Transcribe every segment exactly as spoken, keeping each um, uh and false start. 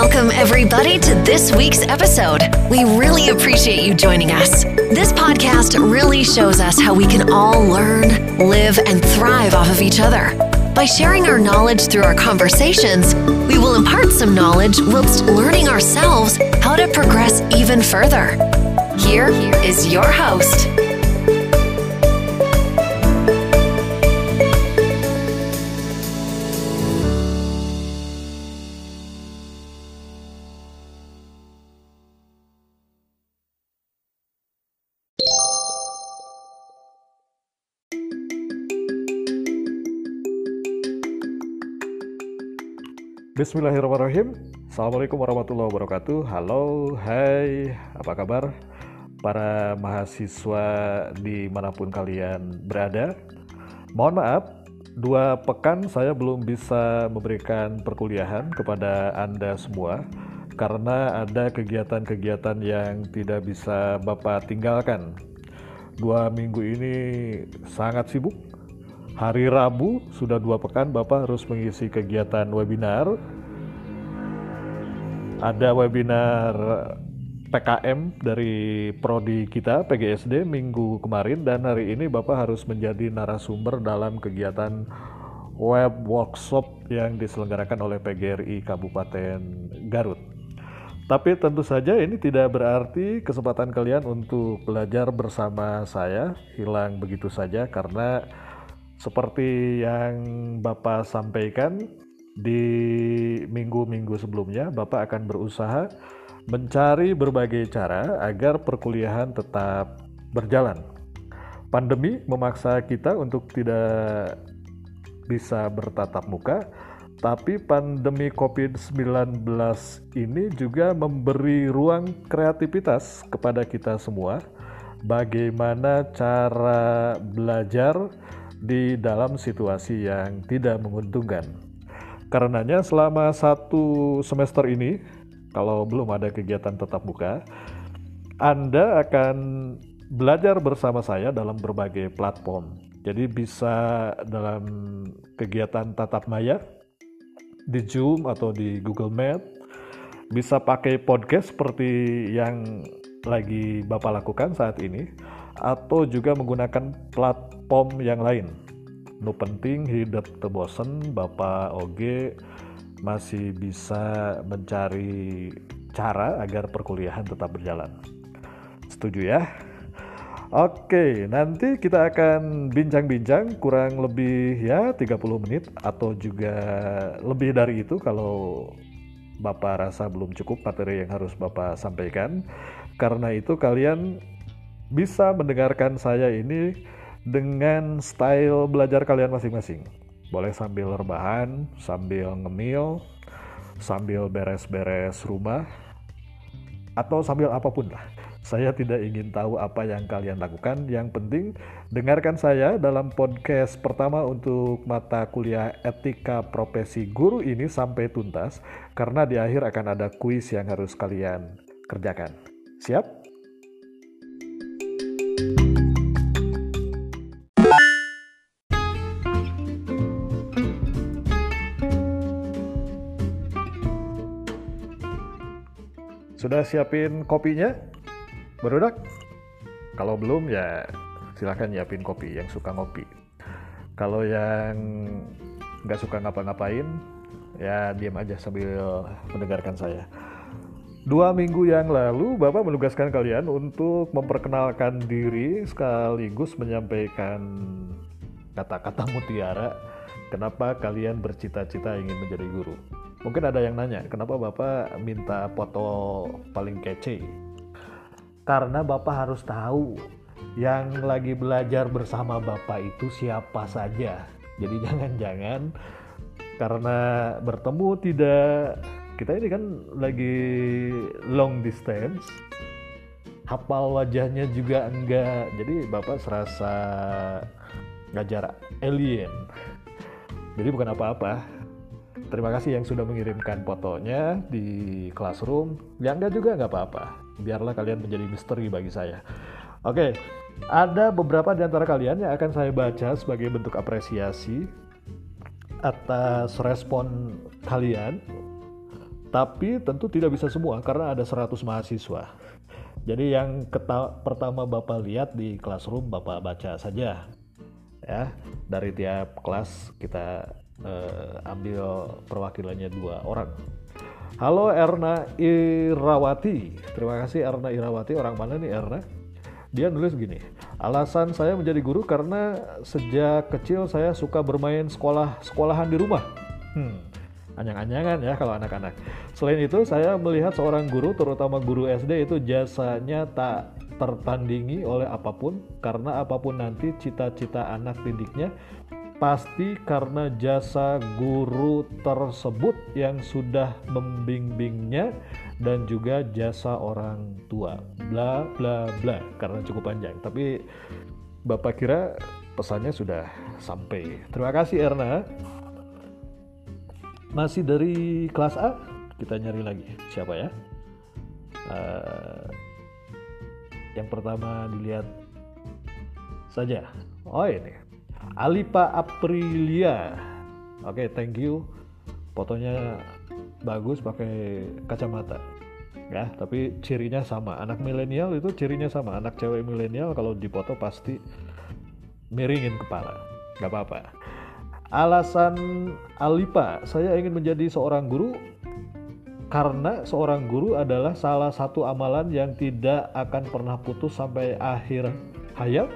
Welcome, everybody, to this week's episode. We really appreciate you joining us. This podcast really shows us how we can all learn, live, and thrive off of each other. By sharing our knowledge through our conversations, we will impart some knowledge whilst learning ourselves how to progress even further. Here is your host. Bismillahirrahmanirrahim. Assalamualaikum warahmatullahi wabarakatuh. Halo, hai, apa kabar para mahasiswa dimanapun kalian berada? Mohon maaf, dua pekan saya belum bisa memberikan perkuliahan kepada Anda semua karena ada kegiatan-kegiatan yang tidak bisa Bapak tinggalkan. Dua minggu ini sangat sibuk. Hari Rabu sudah dua pekan Bapak harus mengisi kegiatan webinar. Ada webinar P K M dari prodi kita P G S D minggu kemarin, dan hari ini Bapak harus menjadi narasumber dalam kegiatan web workshop yang diselenggarakan oleh P G R I Kabupaten Garut. Tapi tentu saja ini tidak berarti kesempatan kalian untuk belajar bersama saya hilang begitu saja, karena seperti yang Bapak sampaikan di minggu-minggu sebelumnya, Bapak akan berusaha mencari berbagai cara agar perkuliahan tetap berjalan. Pandemi memaksa kita untuk tidak bisa bertatap muka, tapi pandemi covid sembilan belas ini juga memberi ruang kreativitas kepada kita semua. Bagaimana cara belajar di dalam situasi yang tidak menguntungkan. Karenanya selama satu semester ini, kalau belum ada kegiatan tatap muka, Anda akan belajar bersama saya dalam berbagai platform. Jadi bisa dalam kegiatan tatap maya di Zoom atau di Google Meet, bisa pakai podcast seperti yang lagi Bapak lakukan saat ini, atau juga menggunakan platform yang lain. Nu penting hidup tebosen, Bapak Oge masih bisa mencari cara agar perkuliahan tetap berjalan. Setuju ya? Oke, nanti kita akan bincang-bincang kurang lebih ya tiga puluh menit atau juga lebih dari itu kalau Bapak rasa belum cukup materi yang harus Bapak sampaikan. Karena itu kalian bisa mendengarkan saya ini dengan style belajar kalian masing-masing. Boleh sambil rebahan, sambil ngemil, sambil beres-beres rumah, atau sambil apapun lah. Saya tidak ingin tahu apa yang kalian lakukan. Yang penting dengarkan saya dalam podcast pertama untuk mata kuliah etika profesi guru ini sampai tuntas, karena di akhir akan ada kuis yang harus kalian kerjakan. Siap? Sudah siapin kopinya? Barudak? Kalau belum ya silakan nyiapin kopi yang suka ngopi. Kalau yang nggak suka ngapa-ngapain, ya diam aja sambil mendengarkan saya. Dua minggu yang lalu Bapak menugaskan kalian untuk memperkenalkan diri sekaligus menyampaikan kata-kata mutiara kenapa kalian bercita-cita ingin menjadi guru. Mungkin ada yang nanya, kenapa Bapak minta foto paling kece? Karena Bapak harus tahu yang lagi belajar bersama Bapak itu siapa saja. Jadi jangan-jangan karena bertemu tidak, kita ini kan lagi long distance, hafal wajahnya juga enggak. Jadi Bapak serasa ngajar alien. Jadi bukan apa-apa. Terima kasih yang sudah mengirimkan fotonya di Classroom. Yang enggak juga nggak apa-apa. Biarlah kalian menjadi misteri bagi saya. Oke, ada beberapa di antara kalian yang akan saya baca sebagai bentuk apresiasi atas respon kalian Tapi tentu tidak bisa semua karena ada seratus mahasiswa. Jadi yang keta- pertama Bapak lihat di classroom, Bapak baca saja. Ya, dari tiap kelas kita eh, ambil perwakilannya dua orang. Halo Erna Irawati. Terima kasih Erna Irawati. Orang mana nih Erna? Dia nulis gini. Alasan saya menjadi guru karena sejak kecil saya suka bermain sekolah-sekolahan di rumah. Hmm. Anyang-anyangan ya kalau anak-anak. Selain itu saya melihat seorang guru, terutama guru S D itu jasanya tak tertandingi oleh apapun, karena apapun nanti cita-cita anak didiknya pasti karena jasa guru tersebut yang sudah membimbingnya dan juga jasa orang tua. Bla bla bla, karena cukup panjang. Tapi Bapak kira pesannya sudah sampai. Terima kasih Erna. Masih dari kelas A, kita nyari lagi. Siapa ya? Uh, yang pertama dilihat saja. Oh ini, Alipa Aprilia. Oke, okay, thank you. Fotonya bagus pakai kacamata. Ya, tapi cirinya sama. Anak milenial itu cirinya sama. Anak cewek milenial kalau dipoto pasti miringin kepala. Gak apa-apa. Alasan Alipa, saya ingin menjadi seorang guru karena seorang guru adalah salah satu amalan yang tidak akan pernah putus sampai akhir hayat,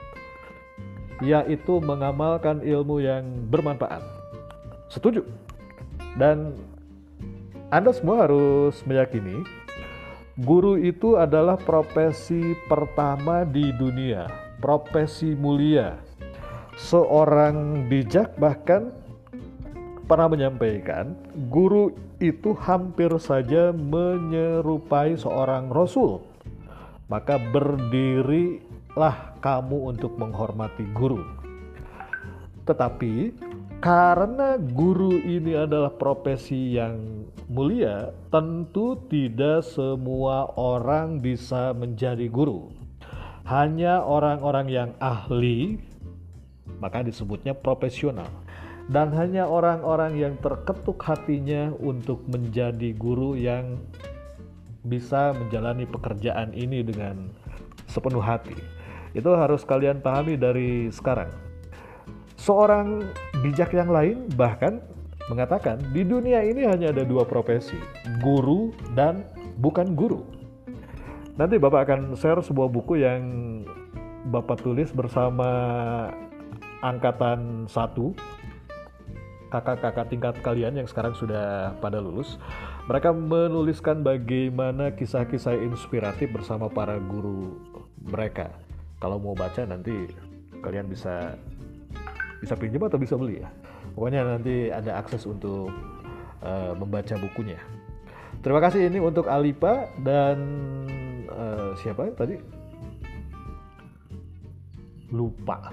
yaitu mengamalkan ilmu yang bermanfaat. Setuju. Dan Anda semua harus meyakini guru itu adalah profesi pertama di dunia, profesi mulia. Seorang bijak bahkan pernah menyampaikan, guru itu hampir saja menyerupai seorang rasul. Maka berdirilah kamu untuk menghormati guru. Tetapi karena guru ini adalah profesi yang mulia, tentu tidak semua orang bisa menjadi guru. Hanya orang-orang yang ahli, maka disebutnya profesional. Dan hanya orang-orang yang terketuk hatinya untuk menjadi guru yang bisa menjalani pekerjaan ini dengan sepenuh hati. Itu harus kalian pahami dari sekarang. Seorang bijak yang lain bahkan mengatakan di dunia ini hanya ada dua profesi, guru dan bukan guru. Nanti Bapak akan share sebuah buku yang Bapak tulis bersama angkatan satu, kakak-kakak tingkat kalian yang sekarang sudah pada lulus. Mereka menuliskan bagaimana kisah-kisah inspiratif bersama para guru mereka. Kalau mau baca nanti kalian bisa bisa pinjam atau bisa beli ya. Pokoknya nanti ada akses untuk uh, membaca bukunya. Terima kasih ini untuk Alipa dan uh, siapa tadi? Lupa.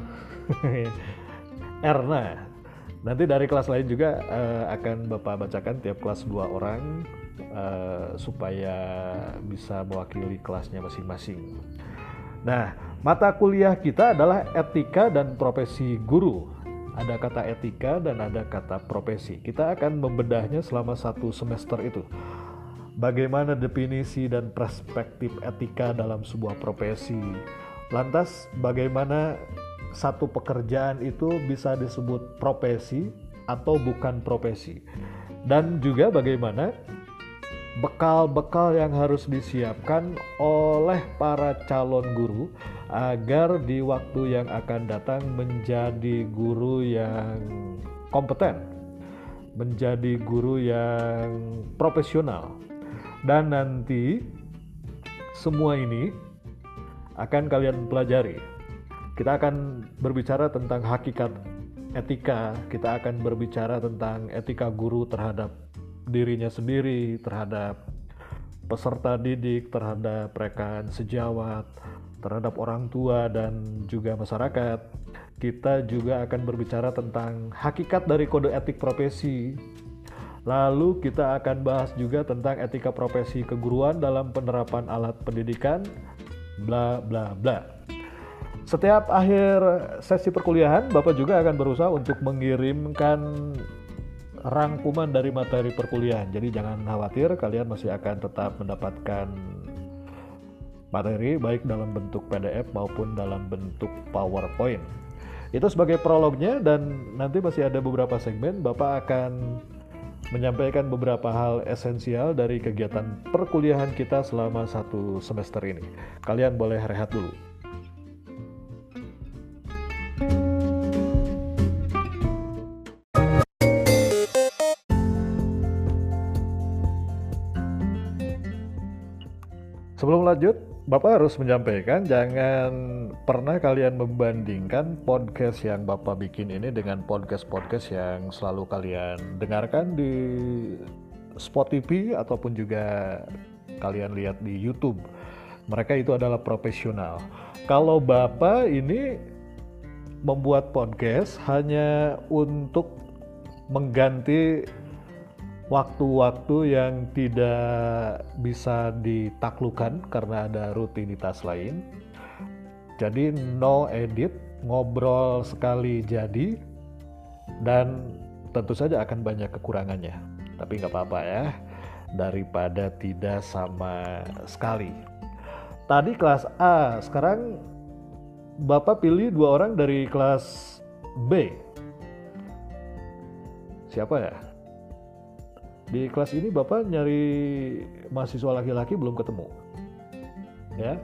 Erna. Nanti dari kelas lain juga uh, akan Bapak bacakan tiap kelas dua orang uh, supaya bisa mewakili kelasnya masing-masing. Nah, mata kuliah kita adalah etika dan profesi guru. Ada kata etika dan ada kata profesi. Kita akan membedahnya selama satu semester itu. Bagaimana definisi dan perspektif etika dalam sebuah profesi. Lantas bagaimana satu pekerjaan itu bisa disebut profesi atau bukan profesi. Dan juga bagaimana bekal-bekal yang harus disiapkan oleh para calon guru agar di waktu yang akan datang menjadi guru yang kompeten, menjadi guru yang profesional. Dan nanti semua ini akan kalian pelajari. Kita akan berbicara tentang hakikat etika, kita akan berbicara tentang etika guru terhadap dirinya sendiri, terhadap peserta didik, terhadap rekan sejawat, terhadap orang tua dan juga masyarakat. Kita juga akan berbicara tentang hakikat dari kode etik profesi. Lalu kita akan bahas juga tentang etika profesi keguruan dalam penerapan alat pendidikan, bla bla bla. Setiap akhir sesi perkuliahan, Bapak juga akan berusaha untuk mengirimkan rangkuman dari materi perkuliahan. Jadi jangan khawatir, kalian masih akan tetap mendapatkan materi baik dalam bentuk P D F maupun dalam bentuk PowerPoint. Itu sebagai prolognya, dan nanti masih ada beberapa segmen. Bapak akan menyampaikan beberapa hal esensial dari kegiatan perkuliahan kita selama satu semester ini. Kalian boleh rehat dulu. Sebelum lanjut, Bapak harus menyampaikan, jangan pernah kalian membandingkan podcast yang Bapak bikin ini dengan podcast-podcast yang selalu kalian dengarkan di Spotify ataupun juga kalian lihat di YouTube. Mereka itu adalah profesional. Kalau Bapak ini membuat podcast hanya untuk mengganti waktu-waktu yang tidak bisa ditaklukkan karena ada rutinitas lain. Jadi no edit, ngobrol sekali jadi, dan tentu saja akan banyak kekurangannya. Tapi nggak apa-apa ya, daripada tidak sama sekali. Tadi kelas A, sekarang Bapak pilih dua orang dari kelas B. Siapa ya? Di kelas ini Bapak nyari mahasiswa laki-laki belum ketemu, ya.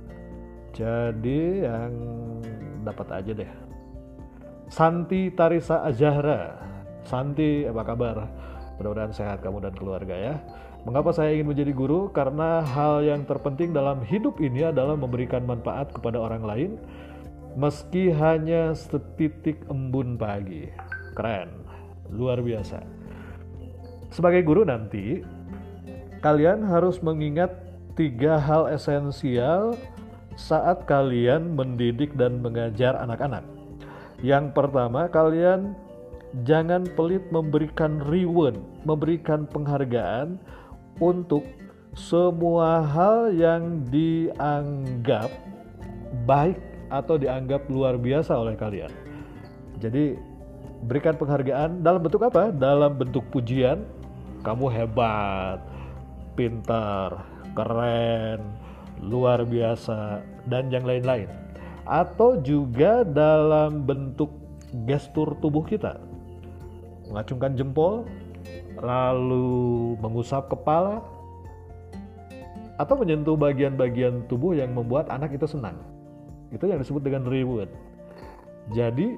Jadi yang dapat aja deh. Santi Tarisa Azahra. Santi, apa kabar? Mudah-mudahan sehat kamu dan keluarga ya. Mengapa saya ingin menjadi guru? Karena hal yang terpenting dalam hidup ini adalah memberikan manfaat kepada orang lain, meski hanya setitik embun pagi. Keren, luar biasa. Sebagai guru nanti, kalian harus mengingat tiga hal esensial saat kalian mendidik dan mengajar anak-anak. Yang pertama, kalian jangan pelit memberikan reward, memberikan penghargaan untuk semua hal yang dianggap baik atau dianggap luar biasa oleh kalian. Jadi, berikan penghargaan dalam bentuk apa? Dalam bentuk pujian. Kamu hebat, pintar, keren, luar biasa, dan yang lain-lain. Atau juga dalam bentuk gestur tubuh kita. Mengacungkan jempol, lalu mengusap kepala, atau menyentuh bagian-bagian tubuh yang membuat anak itu senang. Itu yang disebut dengan reward. Jadi,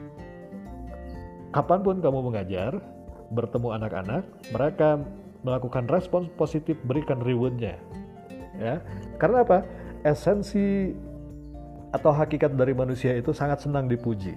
kapanpun kamu mengajar, bertemu anak-anak, mereka melakukan respons positif, berikan rewardnya, ya. Karena apa? Esensi atau hakikat dari manusia itu sangat senang dipuji.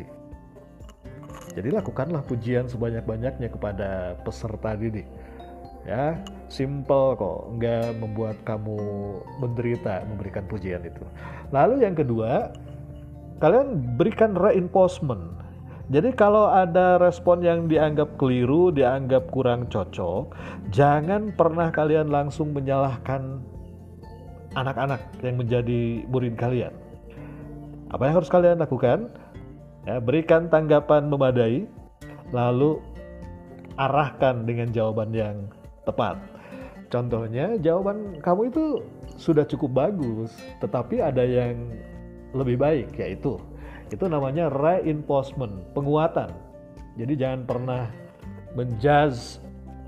Jadi lakukanlah pujian sebanyak-banyaknya kepada peserta didik, ya. Simple kok, nggak membuat kamu menderita memberikan pujian itu. Lalu yang kedua, kalian berikan reinforcement. Jadi kalau ada respon yang dianggap keliru, dianggap kurang cocok, jangan pernah kalian langsung menyalahkan anak-anak yang menjadi murid kalian. Apa yang harus kalian lakukan? Ya, berikan tanggapan memadai, lalu arahkan dengan jawaban yang tepat. Contohnya, jawaban kamu itu sudah cukup bagus, tetapi ada yang lebih baik, yaitu itu namanya reinforcement, penguatan. Jadi jangan pernah menjudge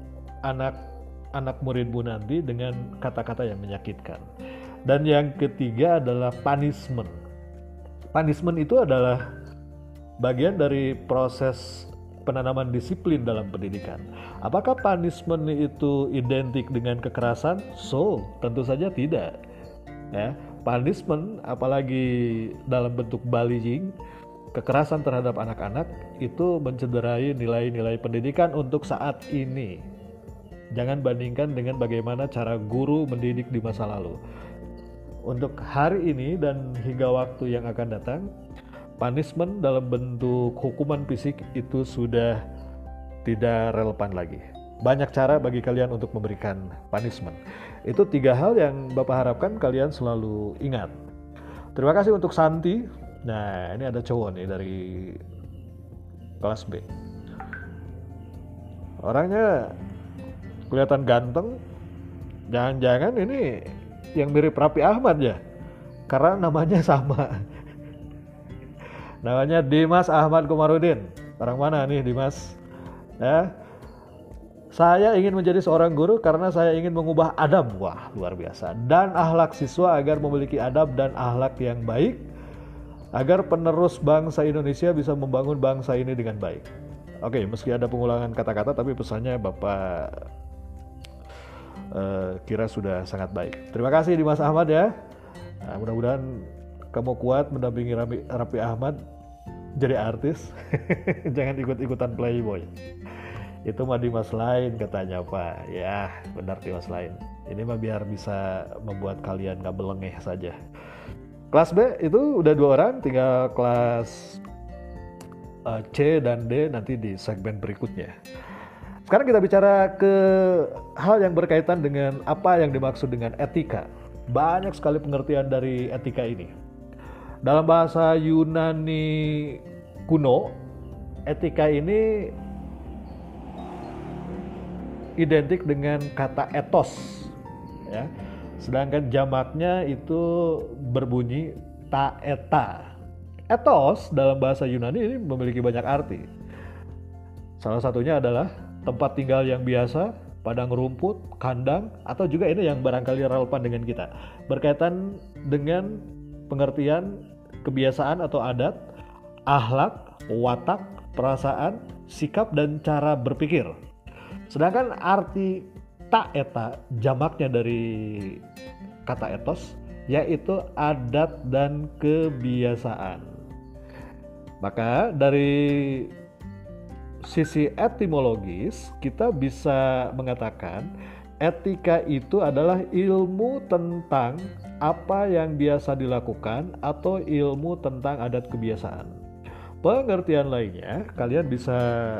anak-anak muridmu nanti dengan kata-kata yang menyakitkan. Dan yang ketiga adalah punishment. Punishment itu adalah bagian dari proses penanaman disiplin dalam pendidikan. Apakah punishment itu identik dengan kekerasan? So, tentu saja tidak. Ya. Punishment, apalagi dalam bentuk bullying, kekerasan terhadap anak-anak, itu mencederai nilai-nilai pendidikan untuk saat ini. Jangan bandingkan dengan bagaimana cara guru mendidik di masa lalu. Untuk hari ini dan hingga waktu yang akan datang, punishment dalam bentuk hukuman fisik itu sudah tidak relevan lagi. Banyak cara bagi kalian untuk memberikan punishment. Itu tiga hal yang Bapak harapkan kalian selalu ingat. Terima kasih untuk Santi. Nah, ini ada cowok nih dari kelas B. Orangnya kelihatan ganteng. Jangan-jangan ini yang mirip Raffi Ahmad ya? Karena namanya sama. Namanya Dimas Ahmad Komarudin. Orang mana nih Dimas? Ya. Saya ingin menjadi seorang guru karena saya ingin mengubah adab. Wah, luar biasa. Dan akhlak siswa agar memiliki adab dan akhlak yang baik, agar penerus bangsa Indonesia bisa membangun bangsa ini dengan baik. Oke, meski ada pengulangan kata-kata, tapi pesannya Bapak uh, kira sudah sangat baik. Terima kasih Dimas Ahmad ya. Nah, mudah-mudahan kamu kuat mendampingi Raffi Ahmad jadi artis. Jangan ikut-ikutan playboy. Itu mah Dimas lain katanya Pak. Ya benar Dimas lain. Ini mah biar bisa membuat kalian gak belengeh saja. Kelas B itu udah dua orang, tinggal kelas uh, C dan D nanti di segmen berikutnya. Sekarang kita bicara ke hal yang berkaitan dengan apa yang dimaksud dengan etika. Banyak sekali pengertian dari etika ini. Dalam bahasa Yunani kuno, etika ini identik dengan kata ethos, ya. Sedangkan jamaknya itu berbunyi taeta. Ethos dalam bahasa Yunani ini memiliki banyak arti. Salah satunya adalah tempat tinggal yang biasa, padang rumput, kandang, atau juga ini yang barangkali relevan dengan kita, berkaitan dengan pengertian kebiasaan atau adat, akhlak, watak, perasaan, sikap, dan cara berpikir. Sedangkan arti taeta, jamaknya dari kata ethos, yaitu adat dan kebiasaan. Maka dari sisi etimologis, kita bisa mengatakan etika itu adalah ilmu tentang apa yang biasa dilakukan atau ilmu tentang adat kebiasaan. Pengertian lainnya, kalian bisa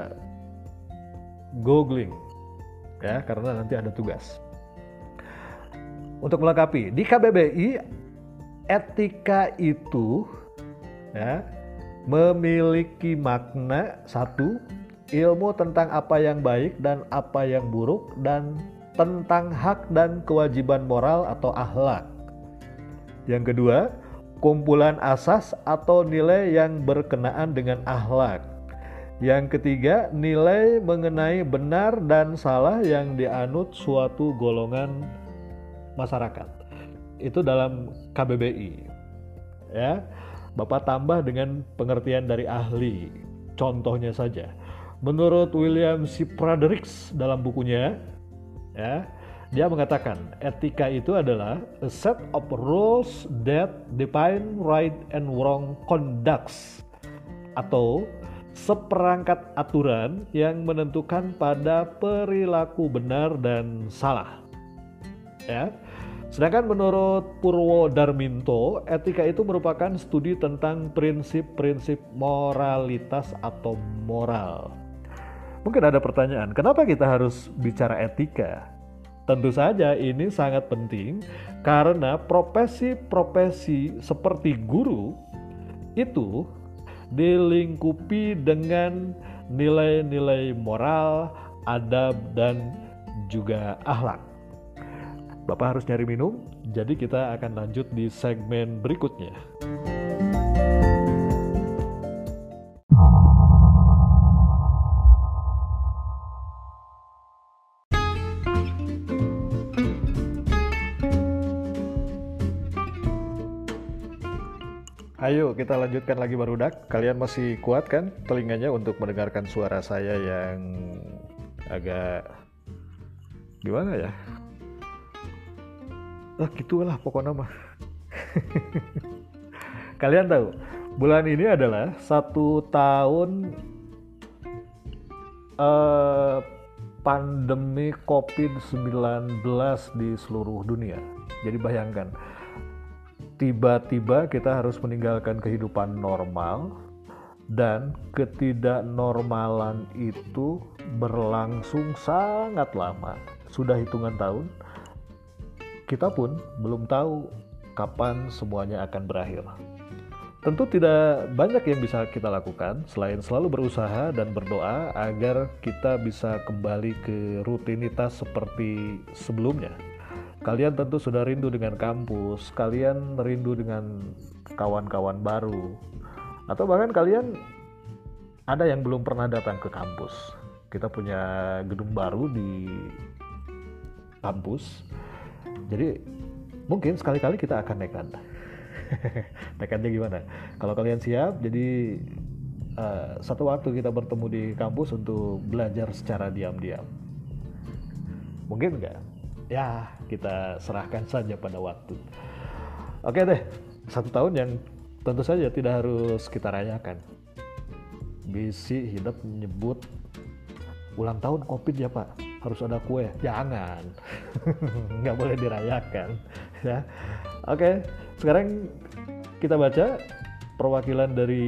googling ya, karena nanti ada tugas. Untuk melengkapi, di K B B I etika itu ya memiliki makna satu, ilmu tentang apa yang baik dan apa yang buruk, dan tentang hak dan kewajiban moral atau akhlak. Yang kedua, kumpulan asas atau nilai yang berkenaan dengan akhlak. Yang ketiga, nilai mengenai benar dan salah yang dianut suatu golongan masyarakat. Itu dalam K B B I. Ya, Bapak tambah dengan pengertian dari ahli. Contohnya saja, menurut William C. Fredericks dalam bukunya, ya, dia mengatakan etika itu adalah a set of rules that define right and wrong conducts, atau seperangkat aturan yang menentukan pada perilaku benar dan salah. Ya. Sedangkan menurut Purwo Darminto, etika itu merupakan studi tentang prinsip-prinsip moralitas atau moral. Mungkin ada pertanyaan, kenapa kita harus bicara etika? Tentu saja ini sangat penting karena profesi-profesi seperti guru itu dilingkupi dengan nilai-nilai moral, adab, dan juga akhlak. Bapak harus nyari minum, jadi kita akan lanjut di segmen berikutnya. Ayo kita lanjutkan lagi barudak. Kalian masih kuat kan telinganya untuk mendengarkan suara saya yang agak gimana ya? Ah gitulah pokoknya mah. Kalian tahu, bulan ini adalah satu tahun uh, pandemi covid sembilan belas di seluruh dunia. Jadi bayangkan, tiba-tiba kita harus meninggalkan kehidupan normal, dan ketidaknormalan itu berlangsung sangat lama. Sudah hitungan tahun, kita pun belum tahu kapan semuanya akan berakhir. Tentu tidak banyak yang bisa kita lakukan selain selalu berusaha dan berdoa agar kita bisa kembali ke rutinitas seperti sebelumnya. Kalian tentu sudah rindu dengan kampus, kalian rindu dengan kawan-kawan baru, atau bahkan kalian ada yang belum pernah datang ke kampus. Kita punya gedung baru di kampus, jadi mungkin sekali-kali kita akan nekat. Nekatnya gimana? Kalau kalian siap, jadi uh, satu waktu kita bertemu di kampus untuk belajar secara diam-diam. Mungkin enggak? Ya, kita serahkan saja pada waktu. Oke deh, satu tahun yang tentu saja tidak harus kita rayakan. Bisi hidup menyebut ulang tahun COVID ya Pak, harus ada kue. Jangan, nggak boleh dirayakan. Ya, oke. Sekarang kita baca perwakilan dari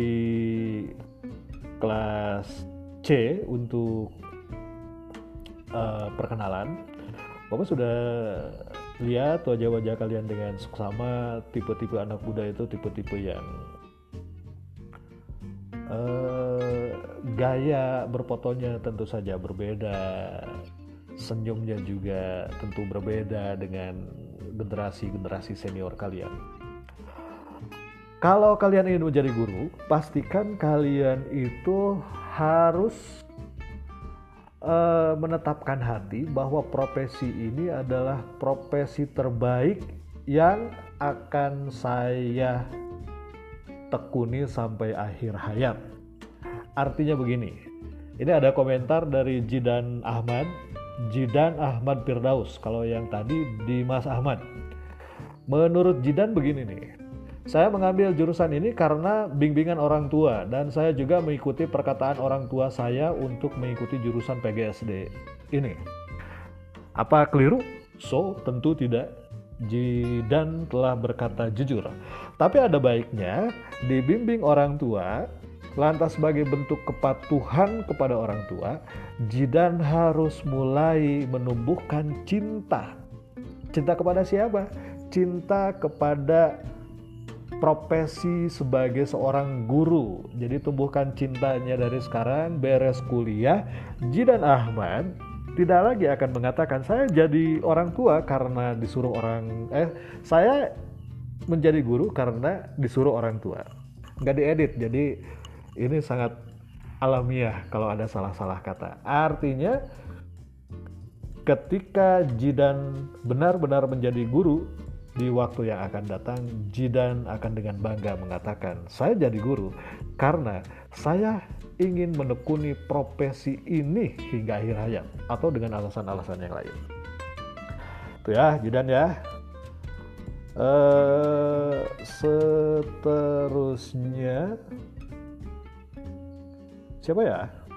kelas C untuk uh, perkenalan. Bapak sudah lihat wajah-wajah kalian dengan seksama. Tipe-tipe anak muda itu tipe-tipe yang uh, gaya berfotonya tentu saja berbeda, senyumnya juga tentu berbeda dengan generasi-generasi senior kalian. Kalau kalian ingin menjadi guru, pastikan kalian itu harus uh, menetapkan hati bahwa profesi ini adalah profesi terbaik yang akan saya tekuni sampai akhir hayat. Artinya begini, ini ada komentar dari Jidan Ahmad, Jidan Ahmad Firdaus, kalau yang tadi Dimas Ahmad. Menurut Jidan begini nih, saya mengambil jurusan ini karena bimbingan orang tua dan saya juga mengikuti perkataan orang tua saya untuk mengikuti jurusan P G S D ini. Apa keliru? So, tentu tidak. Jidan telah berkata jujur. Tapi ada baiknya dibimbing orang tua, lantas sebagai bentuk kepatuhan kepada orang tua, Jidan harus mulai menumbuhkan cinta. Cinta kepada siapa? Cinta kepada profesi sebagai seorang guru. Jadi tumbuhkan cintanya dari sekarang, beres kuliah. Jidan Ahmad tidak lagi akan mengatakan saya jadi orang tua karena disuruh orang eh saya menjadi guru karena disuruh orang tua. Nggak diedit, jadi ini sangat alamiah kalau ada salah-salah kata. Artinya ketika Jidan benar-benar menjadi guru di waktu yang akan datang, Jidan akan dengan bangga mengatakan, saya jadi guru karena saya ingin menekuni profesi ini hingga akhir hayat, atau dengan alasan-alasan yang lain. Itu ya, Jidan ya. Uh, seterusnya siapa ya?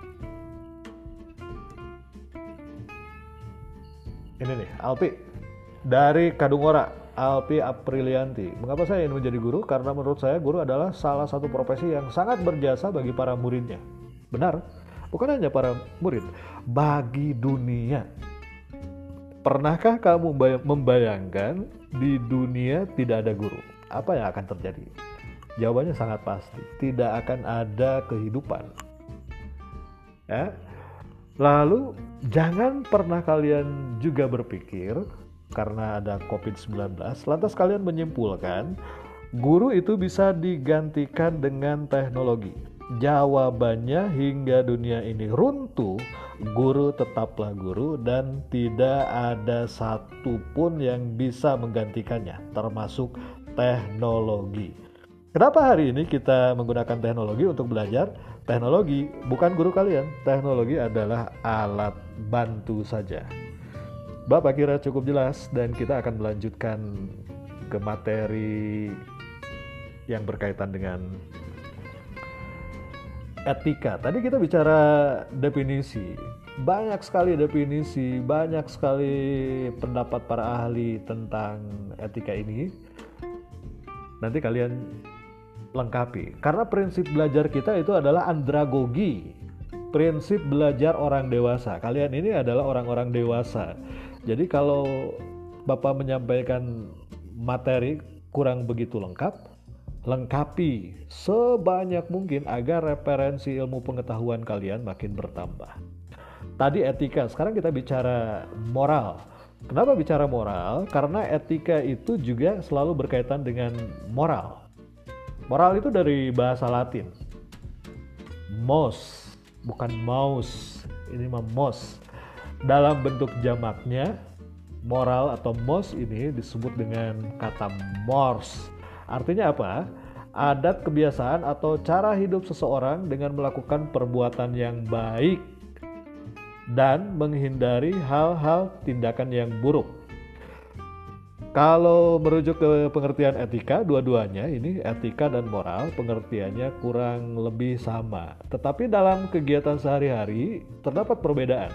Ini nih, Alpi dari Kadungora. Alpi Aprilianti. Mengapa saya ingin menjadi guru? Karena menurut saya guru adalah salah satu profesi yang sangat berjasa bagi para muridnya. Benar, bukan hanya para murid, bagi dunia. Pernahkah kamu membayangkan di dunia tidak ada guru? Apa yang akan terjadi? Jawabannya sangat pasti, tidak akan ada kehidupan. Ya. Lalu jangan pernah kalian juga berpikir karena ada covid sembilan belas, lantas kalian menyimpulkan guru itu bisa digantikan dengan teknologi. Jawabannya, hingga dunia ini runtuh, guru tetaplah guru dan tidak ada satupun yang bisa menggantikannya, termasuk teknologi. Kenapa hari ini kita menggunakan teknologi untuk belajar? Teknologi bukan guru kalian, teknologi adalah alat bantu saja. Bapak kira cukup jelas dan kita akan melanjutkan ke materi yang berkaitan dengan etika. Tadi kita bicara definisi. Banyak sekali definisi, banyak sekali pendapat para ahli tentang etika ini. Nanti kalian lengkapi. Karena prinsip belajar kita itu adalah andragogi. Prinsip belajar orang dewasa. Kalian ini adalah orang-orang dewasa. Jadi kalau Bapak menyampaikan materi kurang begitu lengkap, lengkapi sebanyak mungkin agar referensi ilmu pengetahuan kalian makin bertambah. Tadi etika, sekarang kita bicara moral. Kenapa bicara moral? Karena etika itu juga selalu berkaitan dengan moral. Moral itu dari bahasa Latin. Mos, bukan mouse. Ini mah mos. Dalam bentuk jamaknya, moral atau mos ini disebut dengan kata mors. Artinya apa? Adat, kebiasaan, atau cara hidup seseorang dengan melakukan perbuatan yang baik dan menghindari hal-hal tindakan yang buruk. Kalau merujuk ke pengertian etika, dua-duanya ini etika dan moral pengertiannya kurang lebih sama. Tetapi dalam kegiatan sehari-hari terdapat perbedaan,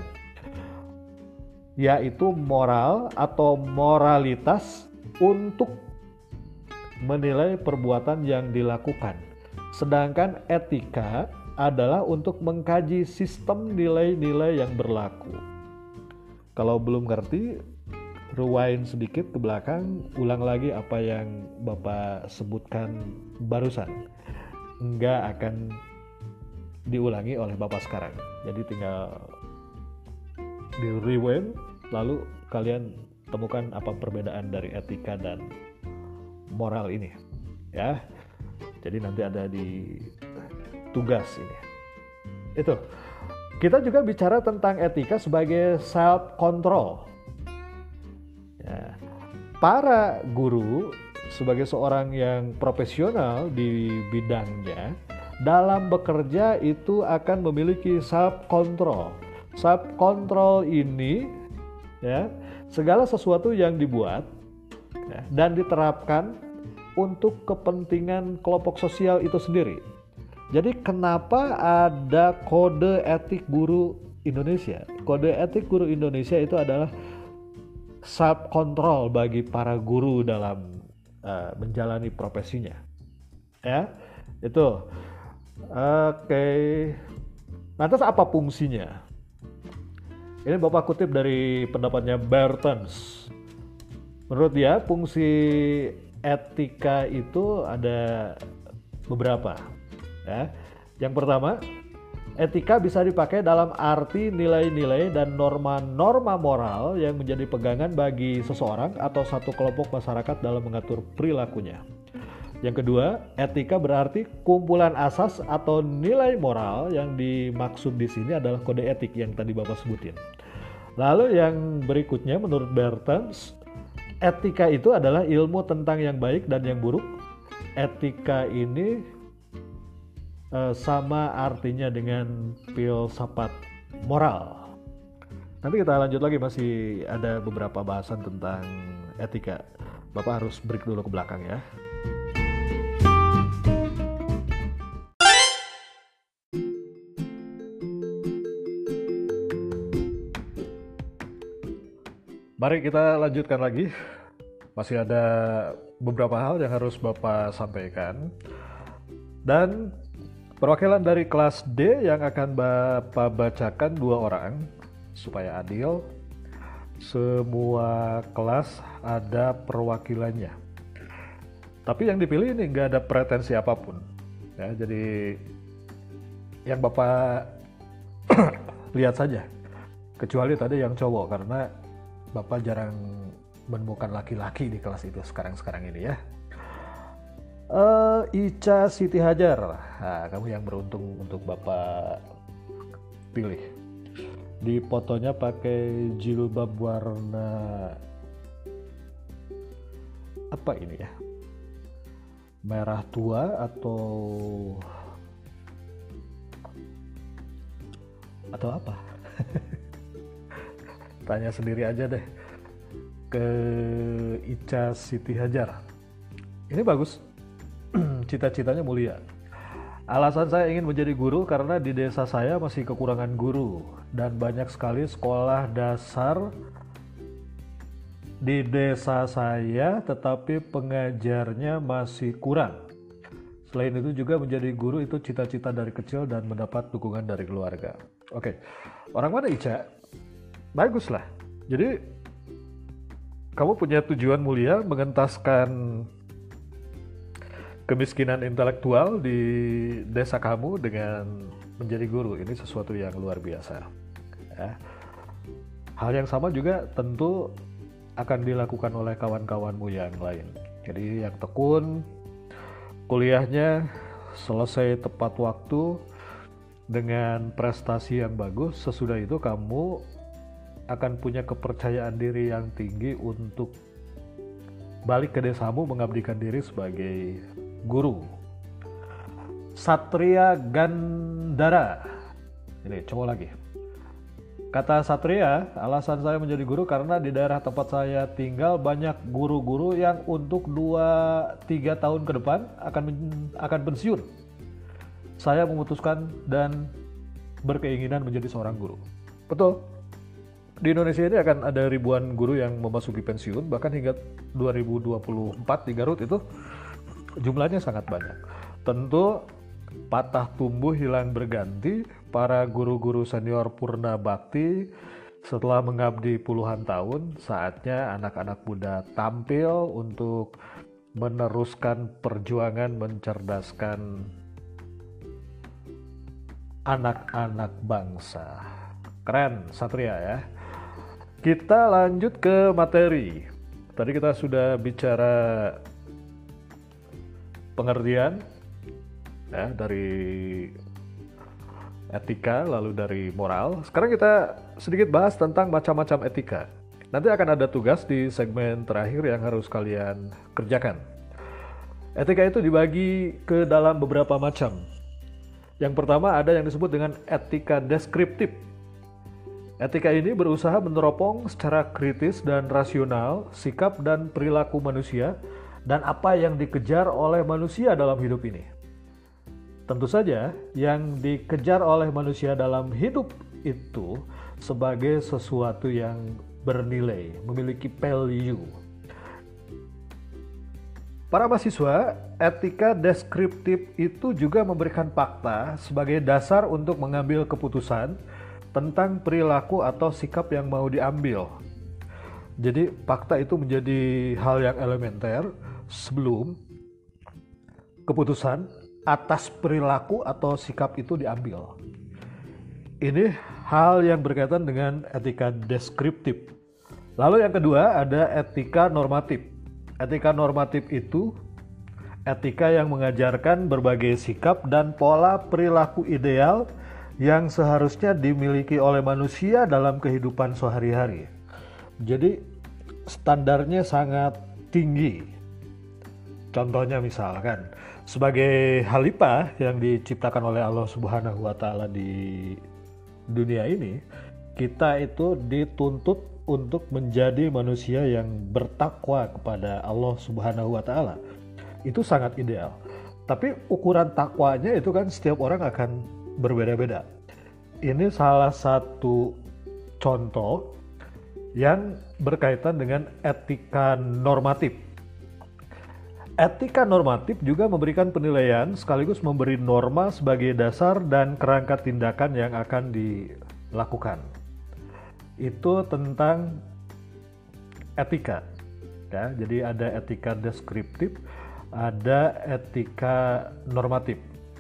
yaitu moral atau moralitas untuk menilai perbuatan yang dilakukan. Sedangkan etika adalah untuk mengkaji sistem nilai-nilai yang berlaku. Kalau belum ngerti, rewind sedikit ke belakang, ulang lagi apa yang Bapak sebutkan barusan. Enggak akan diulangi oleh Bapak sekarang. Jadi tinggal di rewind, lalu kalian temukan apa perbedaan dari etika dan moral ini. Ya. Jadi nanti ada di tugas ini. Itu. Kita juga bicara tentang etika sebagai self control. Ya. Para guru sebagai seorang yang profesional di bidangnya dalam bekerja itu akan memiliki self control. Self control ini ya, segala sesuatu yang dibuat ya, dan diterapkan untuk kepentingan kelompok sosial itu sendiri. Jadi kenapa ada kode etik guru Indonesia? Kode etik guru Indonesia itu adalah self control bagi para guru dalam uh, menjalani profesinya. Ya, itu. Oke. Okay. Lantas apa fungsinya? Ini Bapak kutip dari pendapatnya Bertens. Menurut dia, fungsi etika itu ada beberapa. Ya. Yang pertama, etika bisa dipakai dalam arti nilai-nilai dan norma-norma moral yang menjadi pegangan bagi seseorang atau satu kelompok masyarakat dalam mengatur perilakunya. Yang kedua, etika berarti kumpulan asas atau nilai moral. Yang dimaksud di sini adalah kode etik yang tadi Bapak sebutin. Lalu yang berikutnya menurut Bertens, etika itu adalah ilmu tentang yang baik dan yang buruk. Etika ini eh, sama artinya dengan filsafat moral. Nanti kita lanjut lagi, masih ada beberapa bahasan tentang etika. Bapak harus break dulu ke belakang ya. Mari kita lanjutkan lagi. Masih ada beberapa hal yang harus Bapak sampaikan. Dan perwakilan dari kelas D yang akan Bapak bacakan dua orang supaya adil. Semua kelas ada perwakilannya. Tapi yang dipilih ini nggak ada pretensi apapun. Ya, jadi yang Bapak lihat saja. Kecuali tadi yang cowok, karena Bapak jarang menemukan laki-laki di kelas itu sekarang-sekarang ini ya. Uh, Ica Siti Hajar, nah, kamu yang beruntung untuk Bapak pilih. Di fotonya pakai jilbab warna apa ini ya? Merah tua atau atau apa? Tanya sendiri aja deh ke Ica Siti Hajar. Ini bagus. Cita-citanya mulia. Alasan saya ingin menjadi guru karena di desa saya masih kekurangan guru dan banyak sekali sekolah dasar di desa saya, tetapi pengajarnya masih kurang. Selain itu juga menjadi guru itu cita-cita dari kecil dan mendapat dukungan dari keluarga. Oke, orang mana Ica? Baguslah. Jadi kamu punya tujuan mulia mengentaskan kemiskinan intelektual di desa kamu dengan menjadi guru. Ini sesuatu yang luar biasa. Ya. Hal yang sama juga tentu akan dilakukan oleh kawan-kawanmu yang lain. Jadi yang tekun, kuliahnya selesai tepat waktu dengan prestasi yang bagus, sesudah itu kamu akan punya kepercayaan diri yang tinggi untuk balik ke desamu mengabdikan diri sebagai guru. Satria Gandara. Ini coba lagi. Kata Satria, alasan saya menjadi guru karena di daerah tempat saya tinggal banyak guru-guru yang untuk dua tiga tahun ke depan akan akan pensiun. Saya memutuskan dan berkeinginan menjadi seorang guru. Betul. Di Indonesia ini akan ada ribuan guru yang memasuki pensiun, bahkan hingga dua ribu dua puluh empat di Garut itu jumlahnya sangat banyak. Tentu patah tumbuh hilang berganti, para guru-guru senior purna bakti setelah mengabdi puluhan tahun, saatnya anak-anak muda tampil untuk meneruskan perjuangan mencerdaskan anak-anak bangsa. Keren Satria ya. Kita lanjut ke materi. Tadi kita sudah bicara pengertian ya, dari etika lalu dari moral. Sekarang kita sedikit bahas tentang macam-macam etika. Nanti akan ada tugas di segmen terakhir yang harus kalian kerjakan. Etika itu dibagi ke dalam beberapa macam. Yang pertama ada yang disebut dengan etika deskriptif. Etika ini berusaha meneropong secara kritis dan rasional sikap dan perilaku manusia dan apa yang dikejar oleh manusia dalam hidup ini. Tentu saja yang dikejar oleh manusia dalam hidup itu sebagai sesuatu yang bernilai, memiliki value. Para mahasiswa, etika deskriptif itu juga memberikan fakta sebagai dasar untuk mengambil keputusan tentang perilaku atau sikap yang mau diambil. Jadi fakta itu menjadi hal yang elementer sebelum keputusan atas perilaku atau sikap itu diambil. Ini hal yang berkaitan dengan etika deskriptif. Lalu yang kedua ada etika normatif. Etika normatif itu etika yang mengajarkan berbagai sikap dan pola perilaku ideal yang seharusnya dimiliki oleh manusia dalam kehidupan sehari-hari. Jadi standarnya sangat tinggi. Contohnya misalkan sebagai khalifah yang diciptakan oleh Allah Subhanahu wa taala di dunia ini, kita itu dituntut untuk menjadi manusia yang bertakwa kepada Allah Subhanahu wa taala. Itu sangat ideal. Tapi ukuran takwanya itu kan setiap orang akan berbeda-beda. Ini salah satu contoh yang berkaitan dengan etika normatif. Etika normatif juga memberikan penilaian sekaligus memberi norma sebagai dasar dan kerangka tindakan yang akan dilakukan. Itu tentang etika. Ya, jadi ada etika deskriptif, ada etika normatif.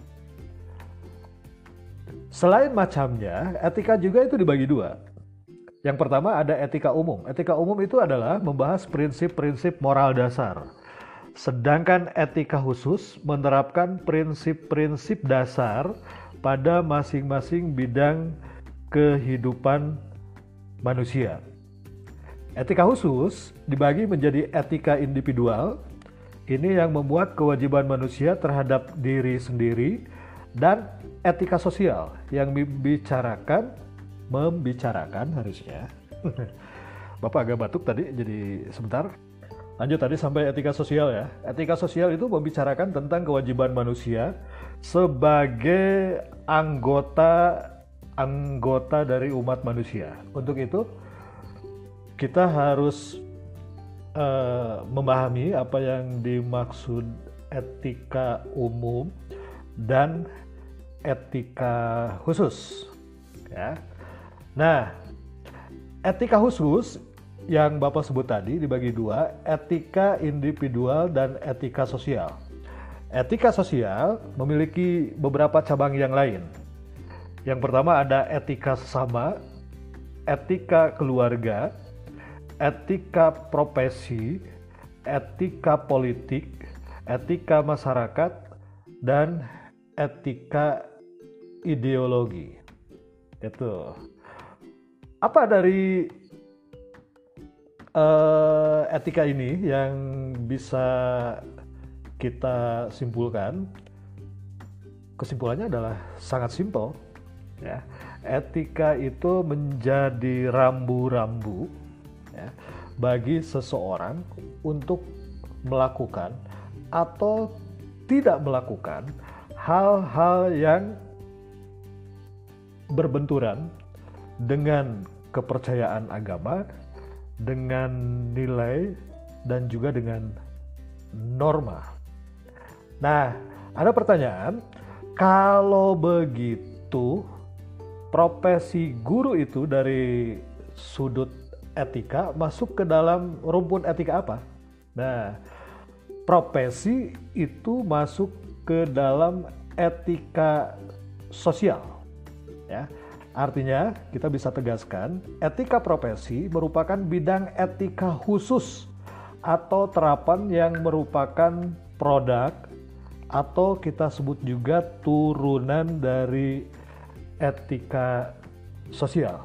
Selain macamnya, etika juga itu dibagi dua. Yang pertama ada etika umum. Etika umum itu adalah membahas prinsip-prinsip moral dasar. Sedangkan etika khusus menerapkan prinsip-prinsip dasar pada masing-masing bidang kehidupan manusia. Etika khusus dibagi menjadi etika individual. Ini yang memuat kewajiban manusia terhadap diri sendiri, dan etika sosial yang membicarakan membicarakan harusnya. Bapak agak batuk tadi, jadi sebentar. Lanjut tadi sampai etika sosial ya. Etika sosial itu membicarakan tentang kewajiban manusia sebagai anggota anggota dari umat manusia. Untuk itu kita harus uh, memahami apa yang dimaksud etika umum dan etika khusus. Ya. Nah, etika khusus yang Bapak sebut tadi dibagi dua, etika individual dan etika sosial. Etika sosial memiliki beberapa cabang yang lain. Yang pertama ada etika sesama, etika keluarga, etika profesi, etika politik, etika masyarakat, dan etika ideologi. Itu. Apa dari uh, etika ini yang bisa kita simpulkan? Kesimpulannya adalah sangat simpel, ya. Etika itu menjadi rambu-rambu, ya, bagi seseorang untuk melakukan atau tidak melakukan hal-hal yang berbenturan dengan kepercayaan agama, dengan nilai, dan juga dengan norma. Nah, ada pertanyaan, kalau begitu profesi guru itu dari sudut etika masuk ke dalam rumpun etika apa? Nah, profesi itu masuk ke dalam etika sosial, ya. Artinya kita bisa tegaskan etika profesi merupakan bidang etika khusus atau terapan yang merupakan produk atau kita sebut juga turunan dari etika sosial.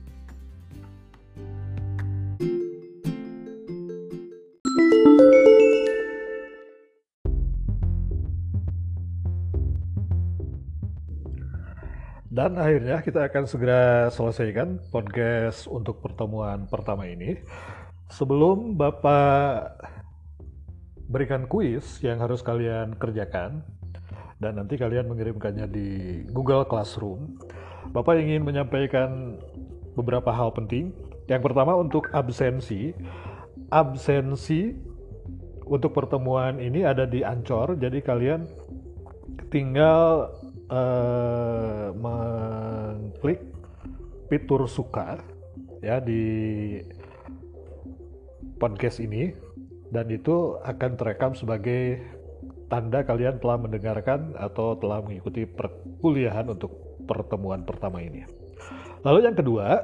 Dan akhirnya kita akan segera selesaikan podcast untuk pertemuan pertama ini. Sebelum Bapak berikan kuis yang harus kalian kerjakan, dan nanti kalian mengirimkannya di Google Classroom, Bapak ingin menyampaikan beberapa hal penting. Yang pertama untuk absensi. Absensi untuk pertemuan ini ada di Anchor, jadi kalian tinggal uh, mengklik fitur suka, ya, di podcast ini, dan itu akan terekam sebagai tanda kalian telah mendengarkan atau telah mengikuti perkuliahan untuk pertemuan pertama ini. Lalu yang kedua,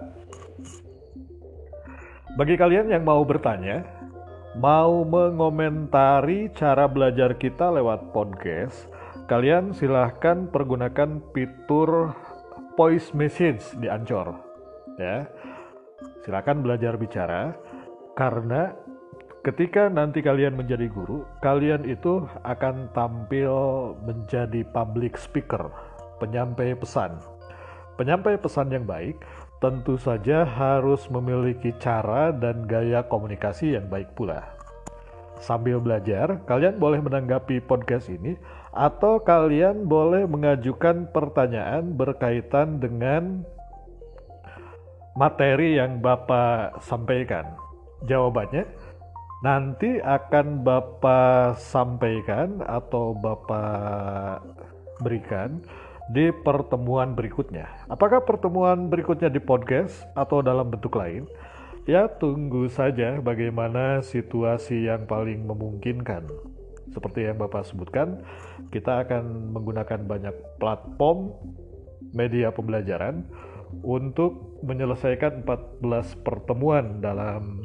bagi kalian yang mau bertanya, mau mengomentari cara belajar kita lewat podcast, kalian silahkan pergunakan fitur voice message di Anchor, ya. Silahkan belajar bicara, karena ketika nanti kalian menjadi guru, kalian itu akan tampil menjadi public speaker, penyampai pesan. Penyampai pesan yang baik tentu saja harus memiliki cara dan gaya komunikasi yang baik pula. Sambil belajar, kalian boleh menanggapi podcast ini atau kalian boleh mengajukan pertanyaan berkaitan dengan materi yang Bapak sampaikan. Jawabannya nanti akan Bapak sampaikan atau Bapak berikan di pertemuan berikutnya. Apakah pertemuan berikutnya di podcast atau dalam bentuk lain? Ya, tunggu saja bagaimana situasi yang paling memungkinkan. Seperti yang Bapak sebutkan, kita akan menggunakan banyak platform media pembelajaran untuk menyelesaikan empat belas pertemuan dalam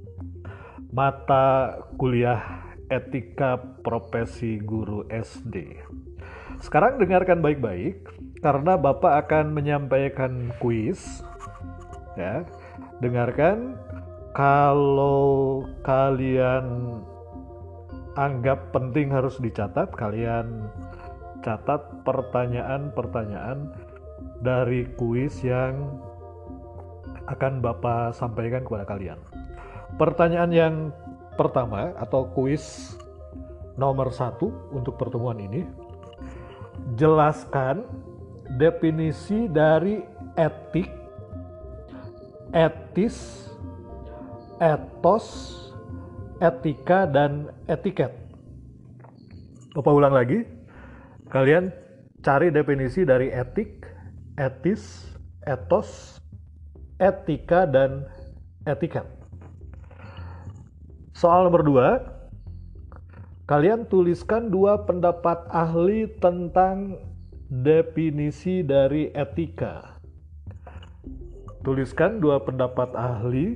mata kuliah etika profesi guru S D. Sekarang dengarkan baik-baik, karena Bapak akan menyampaikan kuis, ya. Dengarkan, kalau kalian anggap penting harus dicatat, kalian catat pertanyaan-pertanyaan dari kuis yang akan Bapak sampaikan kepada kalian. Pertanyaan yang pertama atau kuis nomor satu untuk pertemuan ini, jelaskan definisi dari etik, etis, etos, etika, dan etiket. Bapak ulang lagi, kalian cari definisi dari etik, etis, etos, etika, dan etiket. Soal nomor dua, kalian tuliskan dua pendapat ahli tentang definisi dari etika. Tuliskan dua pendapat ahli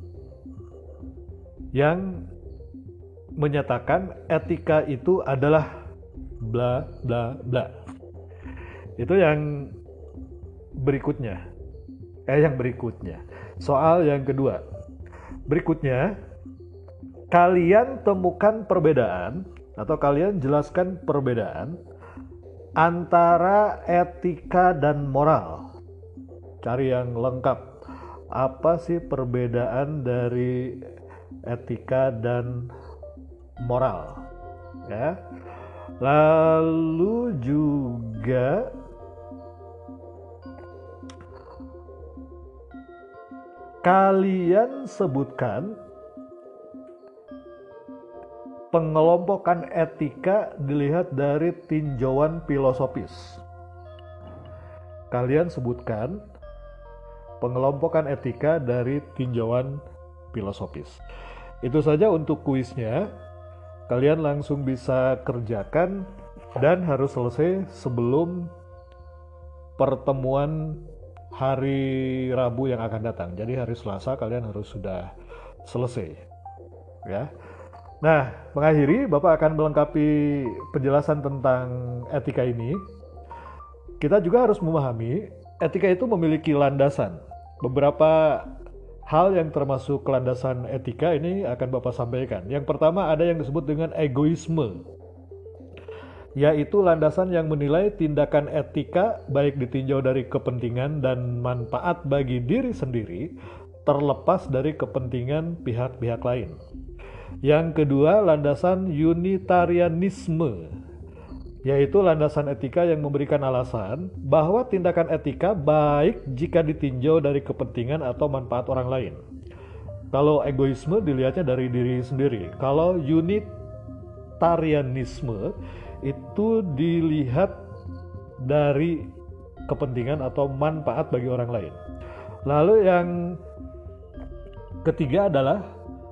yang menyatakan etika itu adalah bla bla bla. Itu yang berikutnya. Eh yang berikutnya. Soal yang kedua. Berikutnya, kalian temukan perbedaan atau kalian jelaskan perbedaan antara etika dan moral. Cari yang lengkap. Apa sih perbedaan dari etika dan moral? Ya. Lalu juga kalian sebutkan pengelompokan etika dilihat dari tinjauan filosofis. Kalian sebutkan pengelompokan etika dari tinjauan filosofis. Itu saja untuk kuisnya. Kalian langsung bisa kerjakan dan harus selesai sebelum pertemuan hari Rabu yang akan datang. Jadi hari Selasa kalian harus sudah selesai. Ya. Nah, mengakhiri Bapak akan melengkapi penjelasan tentang etika ini. Kita juga harus memahami etika itu memiliki landasan. Beberapa hal yang termasuk landasan etika ini akan Bapak sampaikan. Yang pertama ada yang disebut dengan egoisme, yaitu landasan yang menilai tindakan etika baik ditinjau dari kepentingan dan manfaat bagi diri sendiri terlepas dari kepentingan pihak-pihak lain. Yang kedua, landasan unitarianisme, yaitu landasan etika yang memberikan alasan bahwa tindakan etika baik jika ditinjau dari kepentingan atau manfaat orang lain. Kalau egoisme dilihatnya dari diri sendiri. Kalau unitarianisme itu dilihat dari kepentingan atau manfaat bagi orang lain. Lalu yang ketiga adalah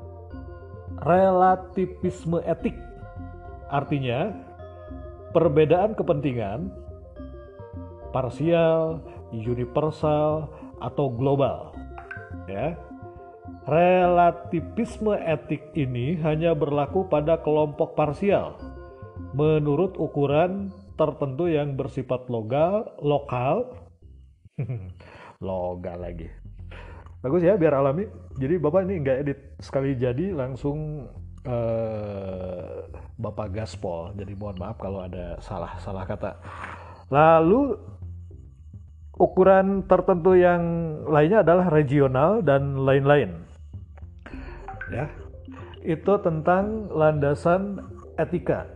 relativisme etik. Artinya perbedaan kepentingan parsial, universal, atau global. Ya. Relativisme etik ini hanya berlaku pada kelompok parsial menurut ukuran tertentu yang bersifat logal, lokal, logal lagi. Bagus ya, biar alami. Jadi Bapak ini nggak edit sekali jadi langsung uh, Bapak gaspol. Jadi mohon maaf kalau ada salah-salah kata. Lalu ukuran tertentu yang lainnya adalah regional dan lain-lain. Ya, itu tentang landasan etika.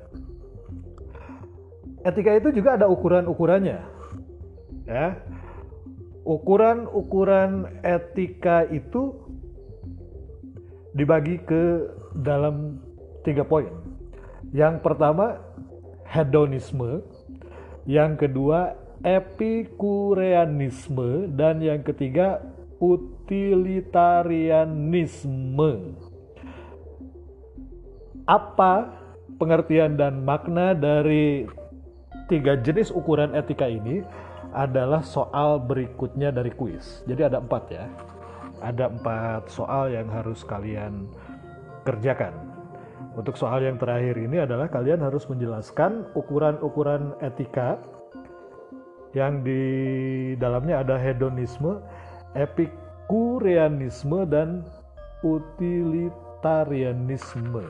Etika itu juga ada ukuran-ukurannya. Ya. Ukuran-ukuran etika itu dibagi ke dalam tiga poin. Yang pertama, hedonisme. Yang kedua, epikureanisme. Dan yang ketiga, utilitarianisme. Apa pengertian dan makna dari tiga jenis ukuran etika ini adalah soal berikutnya dari kuis. Jadi ada empat ya. Ada empat soal yang harus kalian kerjakan. Untuk soal yang terakhir ini adalah kalian harus menjelaskan ukuran-ukuran etika yang di dalamnya ada hedonisme, epikureanisme, dan utilitarianisme.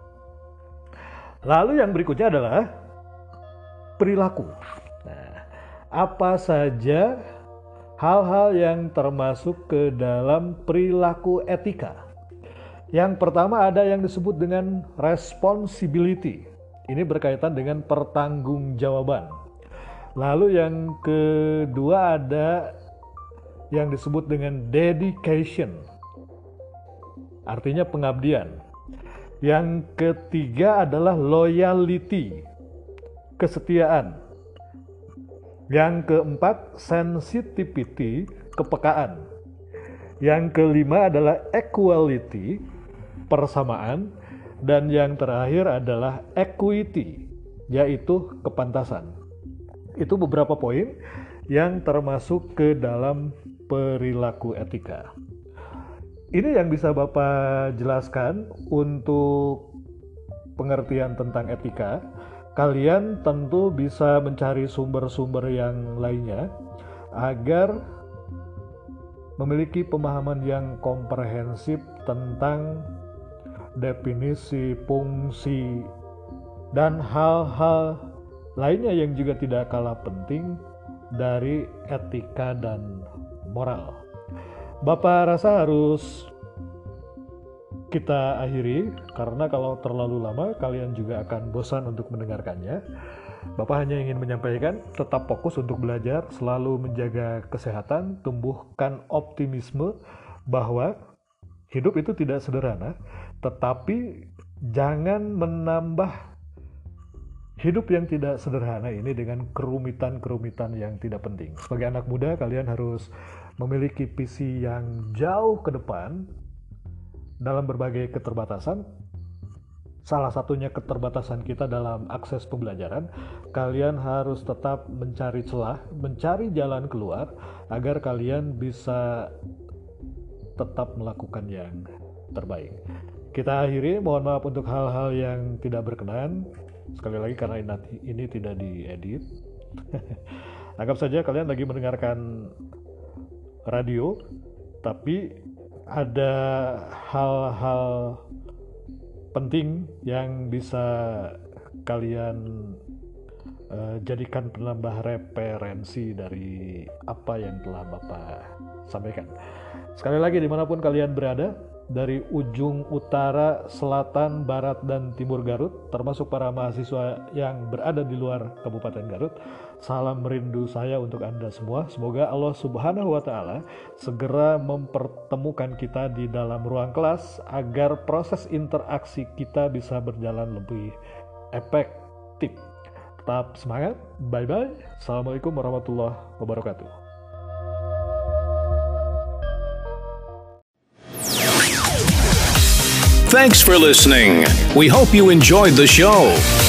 Lalu yang berikutnya adalah perilaku. Nah, apa saja hal-hal yang termasuk ke dalam perilaku etika? Yang pertama ada yang disebut dengan responsibility. Ini berkaitan dengan pertanggungjawaban. Lalu yang kedua ada yang disebut dengan dedication. Artinya pengabdian. Yang ketiga adalah loyalty, kesetiaan. Yang keempat, sensitivity, kepekaan. Yang kelima adalah equality, persamaan. Dan yang terakhir adalah equity, yaitu kepantasan. Itu beberapa poin yang termasuk ke dalam perilaku etika. Ini yang bisa Bapak jelaskan untuk pengertian tentang etika. Kalian tentu bisa mencari sumber-sumber yang lainnya agar memiliki pemahaman yang komprehensif tentang definisi, fungsi, dan hal-hal lainnya yang juga tidak kalah penting dari etika dan moral. Bapak rasa harus kita akhiri karena kalau terlalu lama kalian juga akan bosan untuk mendengarkannya. Bapak hanya ingin menyampaikan tetap fokus untuk belajar, selalu menjaga kesehatan, tumbuhkan optimisme bahwa hidup itu tidak sederhana, tetapi jangan menambah hidup yang tidak sederhana ini dengan kerumitan-kerumitan yang tidak penting. Sebagai anak muda, kalian harus memiliki visi yang jauh ke depan dalam berbagai keterbatasan. Salah satunya keterbatasan kita dalam akses pembelajaran. Kalian harus tetap mencari celah, mencari jalan keluar agar kalian bisa tetap melakukan yang terbaik. Kita akhiri, mohon maaf untuk hal-hal yang tidak berkenan. Sekali lagi karena ini tidak diedit. Anggap saja kalian lagi mendengarkan radio, tapi ada hal-hal penting yang bisa kalian uh, jadikan penambah referensi dari apa yang telah Bapak sampaikan. Sekali lagi, dimanapun kalian berada, dari ujung utara, selatan, barat, dan timur Garut, termasuk para mahasiswa yang berada di luar Kabupaten Garut, salam rindu saya untuk Anda semua. Semoga Allah Subhanahu wa Ta'ala segera mempertemukan kita di dalam ruang kelas agar proses interaksi kita bisa berjalan lebih efektif. Tetap semangat, bye-bye. Assalamualaikum warahmatullahi wabarakatuh. Thanks for listening. We hope you enjoyed the show.